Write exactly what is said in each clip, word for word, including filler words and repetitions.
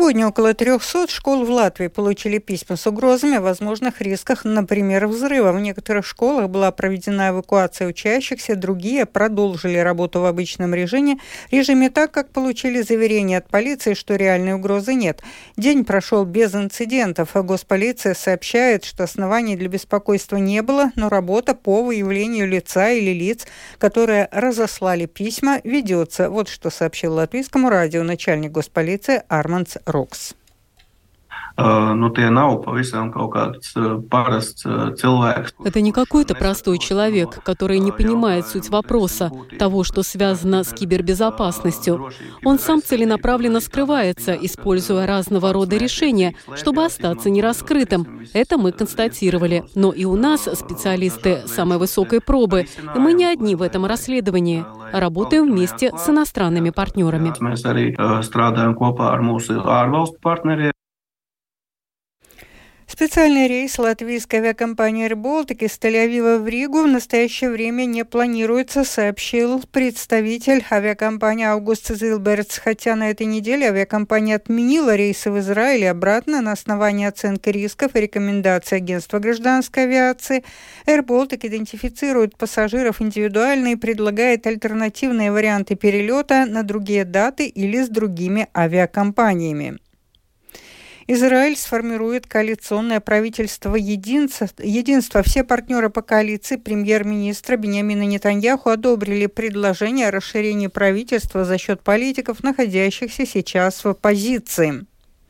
Сегодня около трехсот школ в Латвии получили письма с угрозами о возможных рисках, например, взрыва. В некоторых школах была проведена эвакуация учащихся, другие продолжили работу в обычном режиме, режиме так, как получили заверение от полиции, что реальной угрозы нет. День прошел без инцидентов. Госполиция сообщает, что оснований для беспокойства не было, но работа по выявлению лица или лиц, которые разослали письма, ведется. Вот что сообщил Латвийскому радио начальник госполиции Арман Рокс. Это не какой-то простой человек, который не понимает суть вопроса, того, что связано с кибербезопасностью. Он сам целенаправленно скрывается, используя разного рода решения, чтобы остаться нераскрытым. Это мы констатировали. Но и у нас специалисты самой высокой пробы, и мы не одни в этом расследовании. Работаем вместе с иностранными партнерами. Специальный рейс латвийской авиакомпании «Air-Baltic» из Тель-Авива в Ригу в настоящее время не планируется, сообщил представитель авиакомпании Аугуст Зилбертс. Хотя на этой неделе авиакомпания отменила рейсы в Израиль и обратно на основании оценки рисков и рекомендаций Агентства гражданской авиации. «Air-Baltic» идентифицирует пассажиров индивидуально и предлагает альтернативные варианты перелета на другие даты или с другими авиакомпаниями. Израиль сформирует коалиционное правительство единства. единства. Все партнеры по коалиции премьер-министра Биньямина Нетаньяху одобрили предложение о расширении правительства за счет политиков, находящихся сейчас в оппозиции.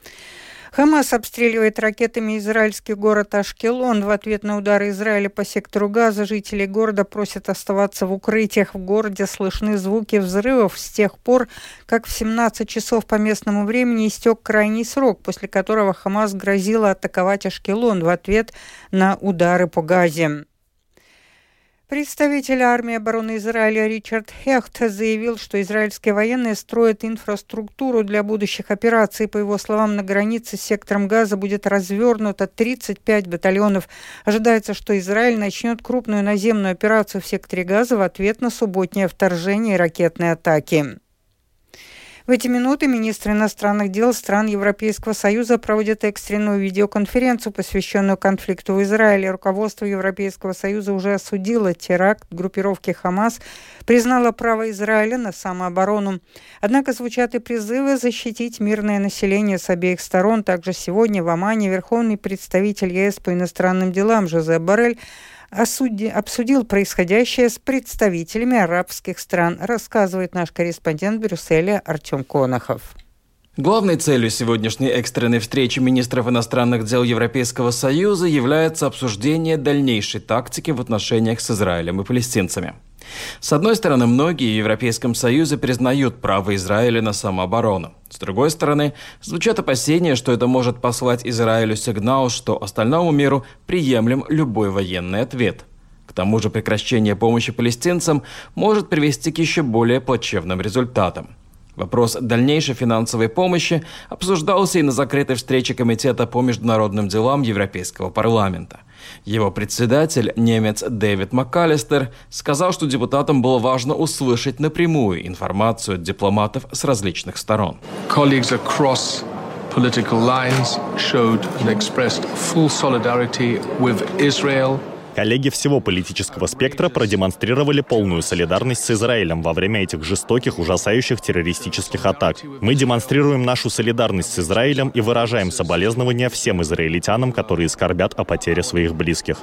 Хамас обстреливает ракетами израильский город Ашкелон. В ответ на удары Израиля по сектору Газа жители города просят оставаться в укрытиях. В городе слышны звуки взрывов с тех пор, как в семнадцать часов по местному времени истек крайний срок, после которого Хамас грозила атаковать Ашкелон в ответ на удары по Газе. Представитель армии обороны Израиля Ричард Хехт заявил, что израильские военные строят инфраструктуру для будущих операций. По его словам, на границе с сектором Газа будет развернуто тридцать пять батальонов. Ожидается, что Израиль начнет крупную наземную операцию в секторе Газа в ответ на субботнее вторжение и ракетные атаки. В эти минуты министры иностранных дел стран Европейского Союза проводят экстренную видеоконференцию, посвященную конфликту в Израиле. Руководство Европейского Союза уже осудило теракт группировки Хамас, признало право Израиля на самооборону. Однако звучат и призывы защитить мирное население с обеих сторон. Также сегодня в Омане верховный представитель ЕС по иностранным делам Жозеп Боррель Осуди, обсудил происходящее с представителями арабских стран, рассказывает наш корреспондент в Брюсселе Артем Конохов. Главной целью сегодняшней экстренной встречи министров иностранных дел Европейского Союза является обсуждение дальнейшей тактики в отношениях с Израилем и палестинцами. С одной стороны, многие в Европейском Союзе признают право Израиля на самооборону. С другой стороны, звучат опасения, что это может послать Израилю сигнал, что остальному миру приемлем любой военный ответ. К тому же прекращение помощи палестинцам может привести к еще более плачевным результатам. Вопрос дальнейшей финансовой помощи обсуждался и на закрытой встрече Комитета по международным делам Европейского парламента. Его председатель, немец Дэвид МакАлистер, сказал, что депутатам было важно услышать напрямую информацию от дипломатов с различных сторон. Colleagues across political lines showed and expressed full solidarity with Israel. Коллеги всего политического спектра продемонстрировали полную солидарность с Израилем во время этих жестоких, ужасающих террористических атак. Мы демонстрируем нашу солидарность с Израилем и выражаем соболезнования всем израильтянам, которые скорбят о потере своих близких.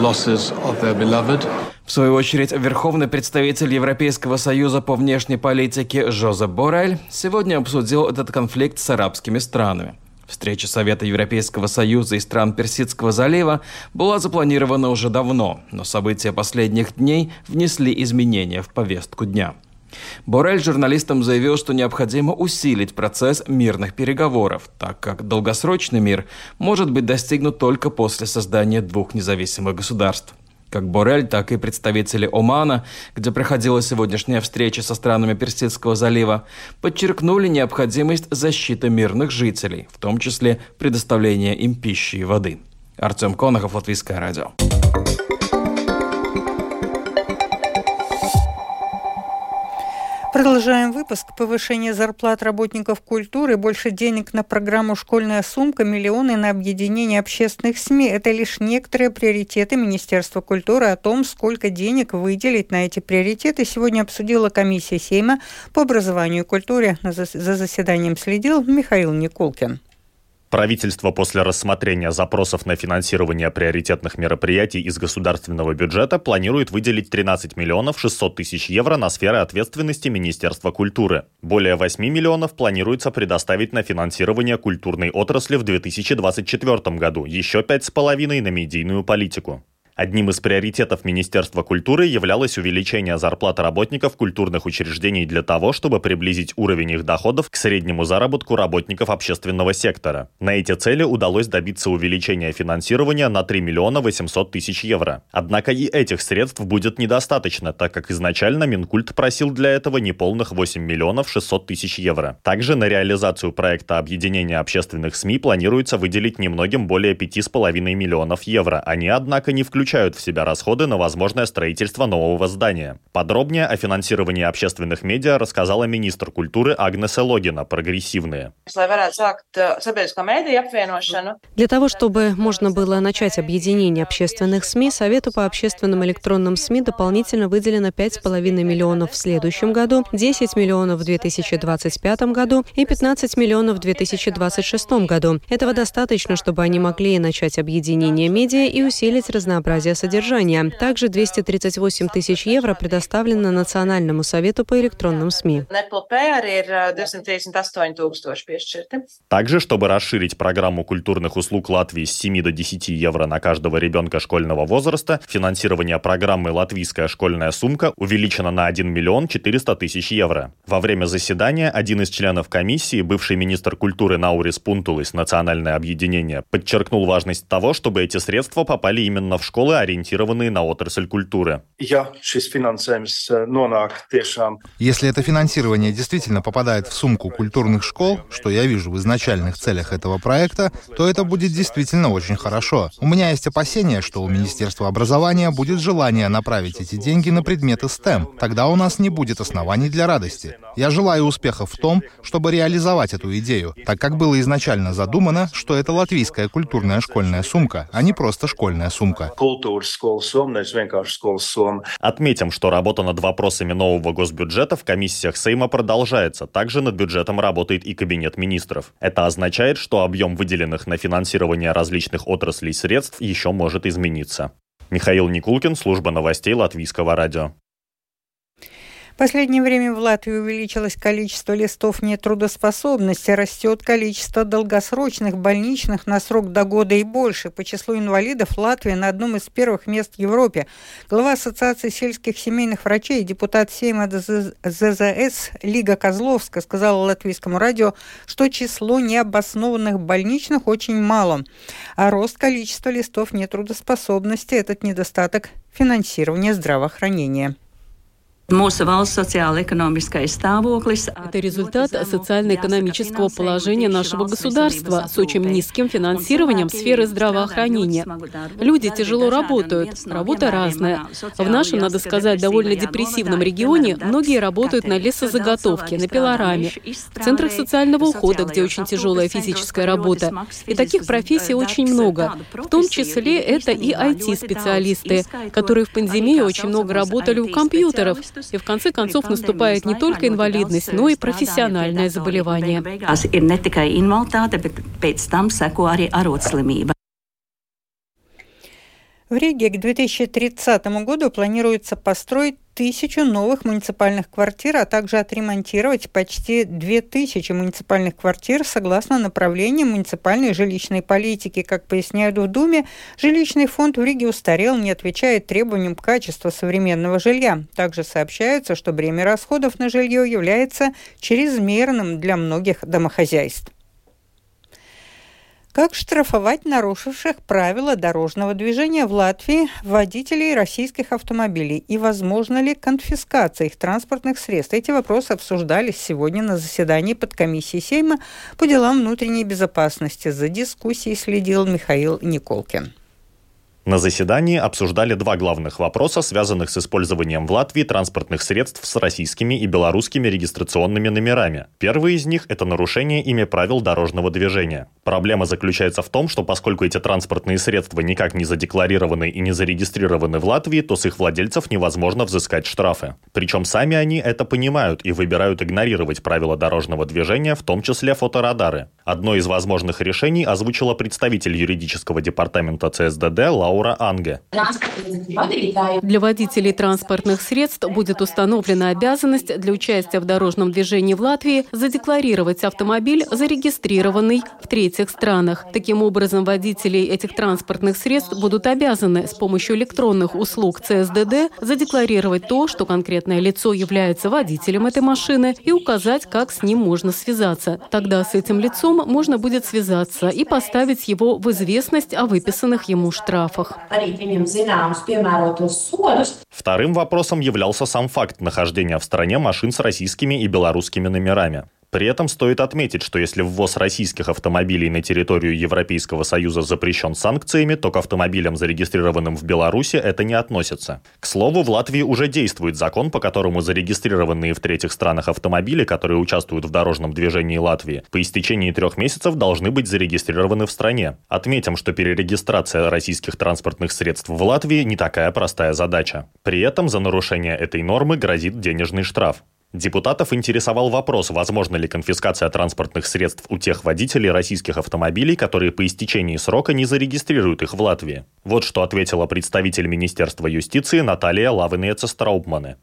В свою очередь, верховный представитель Европейского Союза по внешней политике Жозеп Боррель сегодня обсудил этот конфликт с арабскими странами. Встреча Совета Европейского Союза и стран Персидского залива была запланирована уже давно, но события последних дней внесли изменения в повестку дня. Боррель журналистам заявил, что необходимо усилить процесс мирных переговоров, так как долгосрочный мир может быть достигнут только после создания двух независимых государств. Как Боррель, так и представители Омана, где проходила сегодняшняя встреча со странами Персидского залива, подчеркнули необходимость защиты мирных жителей, в том числе предоставления им пищи и воды. Артем Конохов, Латвийское радио. Продолжаем выпуск. Повышение зарплат работников культуры, больше денег на программу «Школьная сумка», миллионы на объединение общественных СМИ – это лишь некоторые приоритеты Министерства культуры. О том, сколько денег выделить на эти приоритеты, сегодня обсудила комиссия Сейма по образованию и культуре. За заседанием следил Михаил Никулкин. Правительство после рассмотрения запросов на финансирование приоритетных мероприятий из государственного бюджета планирует выделить тринадцать миллионов шестьсот тысяч евро на сферы ответственности Министерства культуры. Более восемь миллионов планируется предоставить на финансирование культурной отрасли в две тысячи двадцать четвёртом году, еще пять с половиной на медийную политику. Одним из приоритетов Министерства культуры являлось увеличение зарплат работников культурных учреждений для того, чтобы приблизить уровень их доходов к среднему заработку работников общественного сектора. На эти цели удалось добиться увеличения финансирования на три миллиона восемьсот тысяч евро. Однако и этих средств будет недостаточно, так как изначально Минкульт просил для этого неполных восемь миллионов шестьсот тысяч евро. Также на реализацию проекта объединения общественных СМИ планируется выделить немногим более пяти с половиной миллионов евро. Они, однако, не включают включают в себя расходы на возможное строительство нового здания. Подробнее о финансировании общественных медиа рассказала министр культуры Агнеса Логина, прогрессивные. Для того, чтобы можно было начать объединение общественных СМИ, Совету по общественным электронным СМИ дополнительно выделено пять с половиной миллионов в следующем году, десять миллионов в две тысячи двадцать пятом году и пятнадцать миллионов в две тысячи двадцать шестом году. Этого достаточно, чтобы они могли начать объединение медиа и усилить разнообразие содержания. Также двести тридцать восемь тысяч евро предоставлено Национальному совету по электронным СМИ. Также, чтобы расширить программу культурных услуг Латвии с семи до десяти евро на каждого ребенка школьного возраста, финансирование программы «Латвийская школьная сумка» увеличено на один миллион четыреста тысяч евро. Во время заседания один из членов комиссии, бывший министр культуры Наурис Пунтулис, Национальное объединение, подчеркнул важность того, чтобы эти средства попали именно в школы, ориентированные на отрасль культуры. Если это финансирование действительно попадает в сумку культурных школ, что я вижу в изначальных целях этого проекта, то это будет действительно очень хорошо. У меня есть опасения, что у Министерства образования будет желание направить эти деньги на предметы стэм. Тогда у нас не будет оснований для радости. Я желаю успехов в том, чтобы реализовать эту идею, так как было изначально задумано, что это латвийская культурная школьная сумка, а не просто школьная сумка. Отметим, что работа над вопросами нового госбюджета в комиссиях Сейма продолжается. Также над бюджетом работает и Кабинет министров. Это означает, что объем выделенных на финансирование различных отраслей средств еще может измениться. Михаил Никулкин, служба новостей Латвийского радио. В последнее время в Латвии увеличилось количество листов нетрудоспособности, растет количество долгосрочных больничных на срок до года и больше. По числу инвалидов Латвия на одном из первых мест в Европе. Глава Ассоциации сельских семейных врачей и депутат Сейма ЗЗС Лига Козловска сказала Латвийскому радио, что число необоснованных больничных очень мало, а рост количества листов нетрудоспособности – этот недостаток финансирования здравоохранения. Это результат социально-экономического положения нашего государства с очень низким финансированием сферы здравоохранения. Люди тяжело работают, работа разная. В нашем, надо сказать, довольно депрессивном регионе многие работают на лесозаготовке, на пилораме, в центрах социального ухода, где очень тяжелая физическая работа. И таких профессий очень много. В том числе это и ай ти-специалисты, которые в пандемии очень много работали у компьютеров. И в конце концов наступает не только инвалидность, но и профессиональное заболевание. В Риге к две тысячи тридцатому году планируется построить тысячу новых муниципальных квартир, а также отремонтировать почти две тысячи муниципальных квартир согласно направлениям муниципальной жилищной политики. Как поясняют в Думе, жилищный фонд в Риге устарел, не отвечает требованиям качества современного жилья. Также сообщается, что бремя расходов на жилье является чрезмерным для многих домохозяйств. Как штрафовать нарушивших правила дорожного движения в Латвии водителей российских автомобилей и возможно ли конфискация их транспортных средств? Эти вопросы обсуждались сегодня на заседании подкомиссии Сейма по делам внутренней безопасности. За дискуссией следил Михаил Никулкин. На заседании обсуждали два главных вопроса, связанных с использованием в Латвии транспортных средств с российскими и белорусскими регистрационными номерами. Первый из них – это нарушение ими правил дорожного движения. Проблема заключается в том, что поскольку эти транспортные средства никак не задекларированы и не зарегистрированы в Латвии, то с их владельцев невозможно взыскать штрафы. Причем сами они это понимают и выбирают игнорировать правила дорожного движения, в том числе фоторадары. Одно из возможных решений озвучила представитель юридического департамента ЦСДД Лаура Анге. Для водителей транспортных средств будет установлена обязанность для участия в дорожном движении в Латвии задекларировать автомобиль, зарегистрированный в третьих странах. Таким образом, водители этих транспортных средств будут обязаны с помощью электронных услуг ЦСДД задекларировать то, что конкретное лицо является водителем этой машины, и указать, как с ним можно связаться. Тогда с этим лицом можно будет связаться и поставить его в известность о выписанных ему штрафах. Вторым вопросом являлся сам факт нахождения в стране машин с российскими и белорусскими номерами. При этом стоит отметить, что если ввоз российских автомобилей на территорию Европейского Союза запрещен санкциями, то к автомобилям, зарегистрированным в Беларуси, это не относится. К слову, в Латвии уже действует закон, по которому зарегистрированные в третьих странах автомобили, которые участвуют в дорожном движении Латвии, по истечении трех месяцев должны быть зарегистрированы в стране. Отметим, что перерегистрация российских транспортных средств в Латвии не такая простая задача. При этом за нарушение этой нормы грозит денежный штраф. Депутатов интересовал вопрос, возможна ли конфискация транспортных средств у тех водителей российских автомобилей, которые по истечении срока не зарегистрируют их в Латвии. Вот что ответила представитель Министерства юстиции Наталья Лавинеца-Страупмане.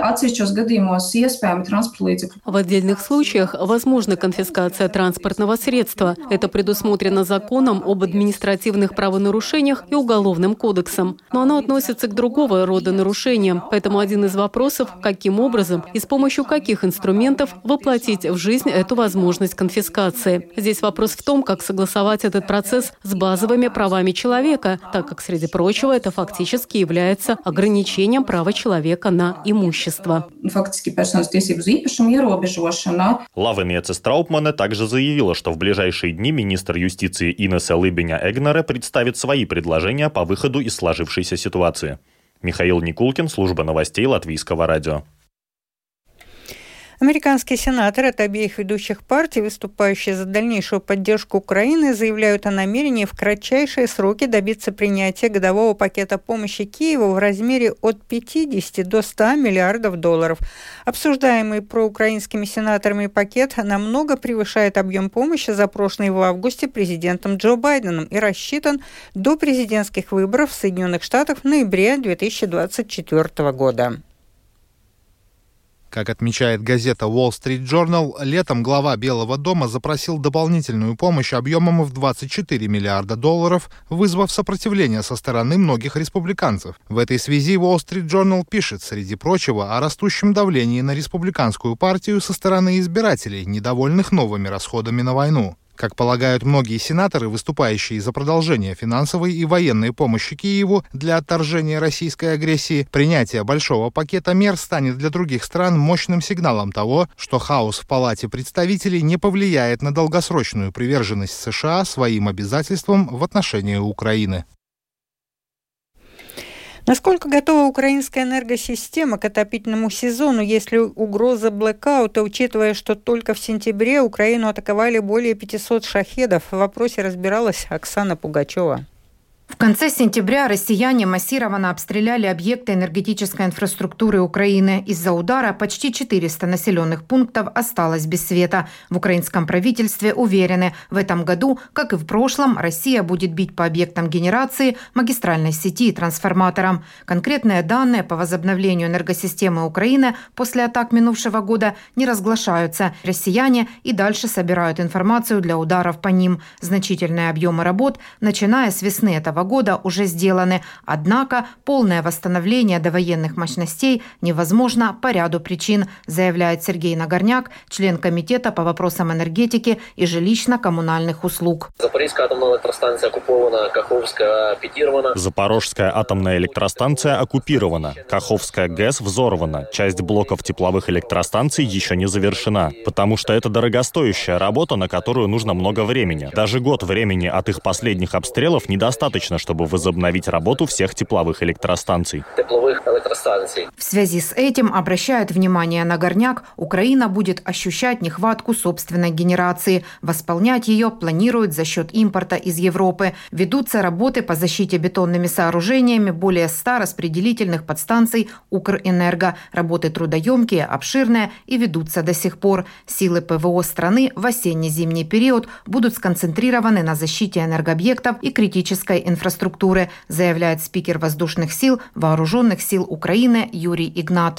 В отдельных случаях возможна конфискация транспортного средства. Это предусмотрено законом об административных правонарушениях и Уголовным кодексом. Но оно относится к другого рода нарушениям. Поэтому один из вопросов, каким образом и с помощью каких инструментов воплотить в жизнь эту возможность конфискации. Здесь вопрос в том, как согласовать этот процесс с базовыми правами человека, так как, среди прочего, это фактически является ограничением права человека на имущество. Лавинеца Страупмане также заявила, что в ближайшие дни министр юстиции Инесса Либиня-Эгнере представит свои предложения по выходу из сложившейся ситуации. Михаил Никулкин, служба новостей Латвийского радио. Американские сенаторы от обеих ведущих партий, выступающие за дальнейшую поддержку Украины, заявляют о намерении в кратчайшие сроки добиться принятия годового пакета помощи Киеву в размере от пятидесяти до ста миллиардов долларов. Обсуждаемый проукраинскими сенаторами пакет намного превышает объем помощи, запрошенный в августе президентом Джо Байденом, и рассчитан до президентских выборов в Соединенных Штатах в ноябре две тысячи двадцать четвёртого года. Как отмечает газета Wall Street Journal, летом глава Белого дома запросил дополнительную помощь объемом в двадцать четыре миллиарда долларов, вызвав сопротивление со стороны многих республиканцев. В этой связи Wall Street Journal пишет, среди прочего, о растущем давлении на республиканскую партию со стороны избирателей, недовольных новыми расходами на войну. Как полагают многие сенаторы, выступающие за продолжение финансовой и военной помощи Киеву для отторжения российской агрессии, принятие большого пакета мер станет для других стран мощным сигналом того, что хаос в Палате представителей не повлияет на долгосрочную приверженность США своим обязательствам в отношении Украины. Насколько готова украинская энергосистема к отопительному сезону, если угроза блэкаута, учитывая, что только в сентябре Украину атаковали более пятисот шахедов? В вопросе разбиралась Оксана Пугачева. В конце сентября россияне массированно обстреляли объекты энергетической инфраструктуры Украины. Из-за удара почти четыреста населенных пунктов осталось без света. В украинском правительстве уверены, в этом году, как и в прошлом, Россия будет бить по объектам генерации, магистральной сети и трансформаторам. Конкретные данные по возобновлению энергосистемы Украины после атак минувшего года не разглашаются. Россияне и дальше собирают информацию для ударов по ним. Значительные объемы работ, начиная с весны этого года, уже сделаны. Однако полное восстановление довоенных мощностей невозможно по ряду причин, заявляет Сергей Нагорняк, член комитета по вопросам энергетики и жилищно-коммунальных услуг. Запорожская атомная электростанция оккупирована, Каховская оккупирована. Запорожская атомная электростанция оккупирована, Каховская ГЭС взорвана. Часть блоков тепловых электростанций еще не завершена, потому что это дорогостоящая работа, на которую нужно много времени. Даже год времени от их последних обстрелов недостаточно, достаточно, чтобы возобновить работу всех тепловых электростанций. В связи с этим, обращают внимание на горняк, Украина будет ощущать нехватку собственной генерации. Восполнять ее планируют за счет импорта из Европы. Ведутся работы по защите бетонными сооружениями более ста распределительных подстанций Укрэнерго. Работы трудоемкие, обширные и ведутся до сих пор. Силы ПВО страны в осенне-зимний период будут сконцентрированы на защите энергообъектов и критической инфраструктуры, заявляет спикер воздушных сил Вооруженных сил Украины Юрий Игнат.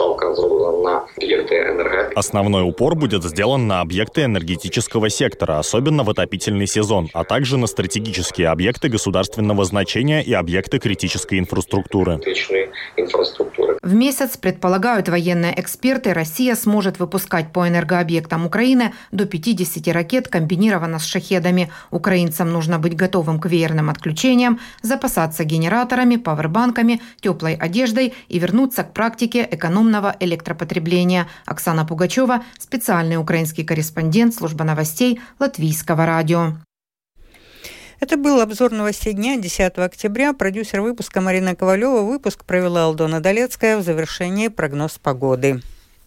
Основной упор будет сделан на объекты энергетического сектора, особенно в отопительный сезон, а также на стратегические объекты государственного значения и объекты критической инфраструктуры. В месяц, предполагают военные эксперты, Россия сможет выпускать по энергообъектам Украины до пятидесяти ракет комбинированно с шахедами. Украинцам нужно быть готовым к веерным отключениям, запасаться генераторами, павербанками, теплой одеждой и вернуться к практике экономного электропотребления. Оксана Пугачева, специальный украинский корреспондент, служба новостей Латвийского радио. Это был обзор новостей дня, десятого октября. Продюсер выпуска Марина Ковалева. Выпуск провела Алдона Долецкая. В завершении прогноз погоды.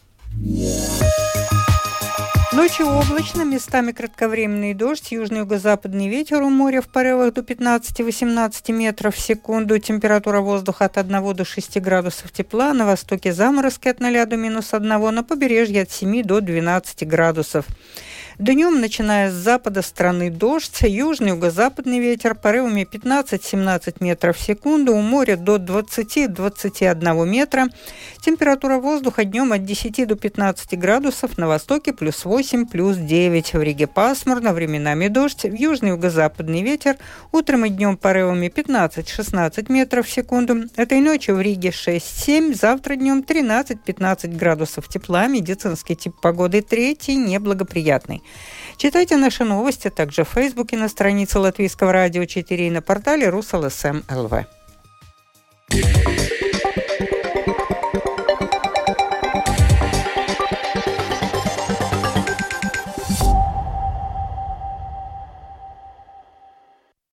Ночью облачно, местами кратковременный дождь, южный юго-западный ветер у моря в порывах до пятнадцати-восемнадцати метров в секунду. Температура воздуха от одного до шести градусов тепла. На востоке заморозки от ноля до минус одного, на побережье от семи до двенадцати градусов. Днем, начиная с запада страны, дождь, южный юго-западный ветер порывами пятнадцать-семнадцать метров в секунду, у моря до двадцати-двадцати одного метра. Температура воздуха днем от десяти до пятнадцати градусов, на востоке плюс восемь, плюс девять. В Риге пасмурно, временами дождь, южный юго-западный ветер, утром и днем порывами пятнадцать-шестнадцать метров в секунду. Этой ночью в Риге шесть-семь, завтра днем тринадцать-пятнадцать градусов тепла, медицинский тип погоды третий, неблагоприятный. Читайте наши новости также в Фейсбуке на странице Латвийского радио четыре и на портале Русал СМ ЛВ.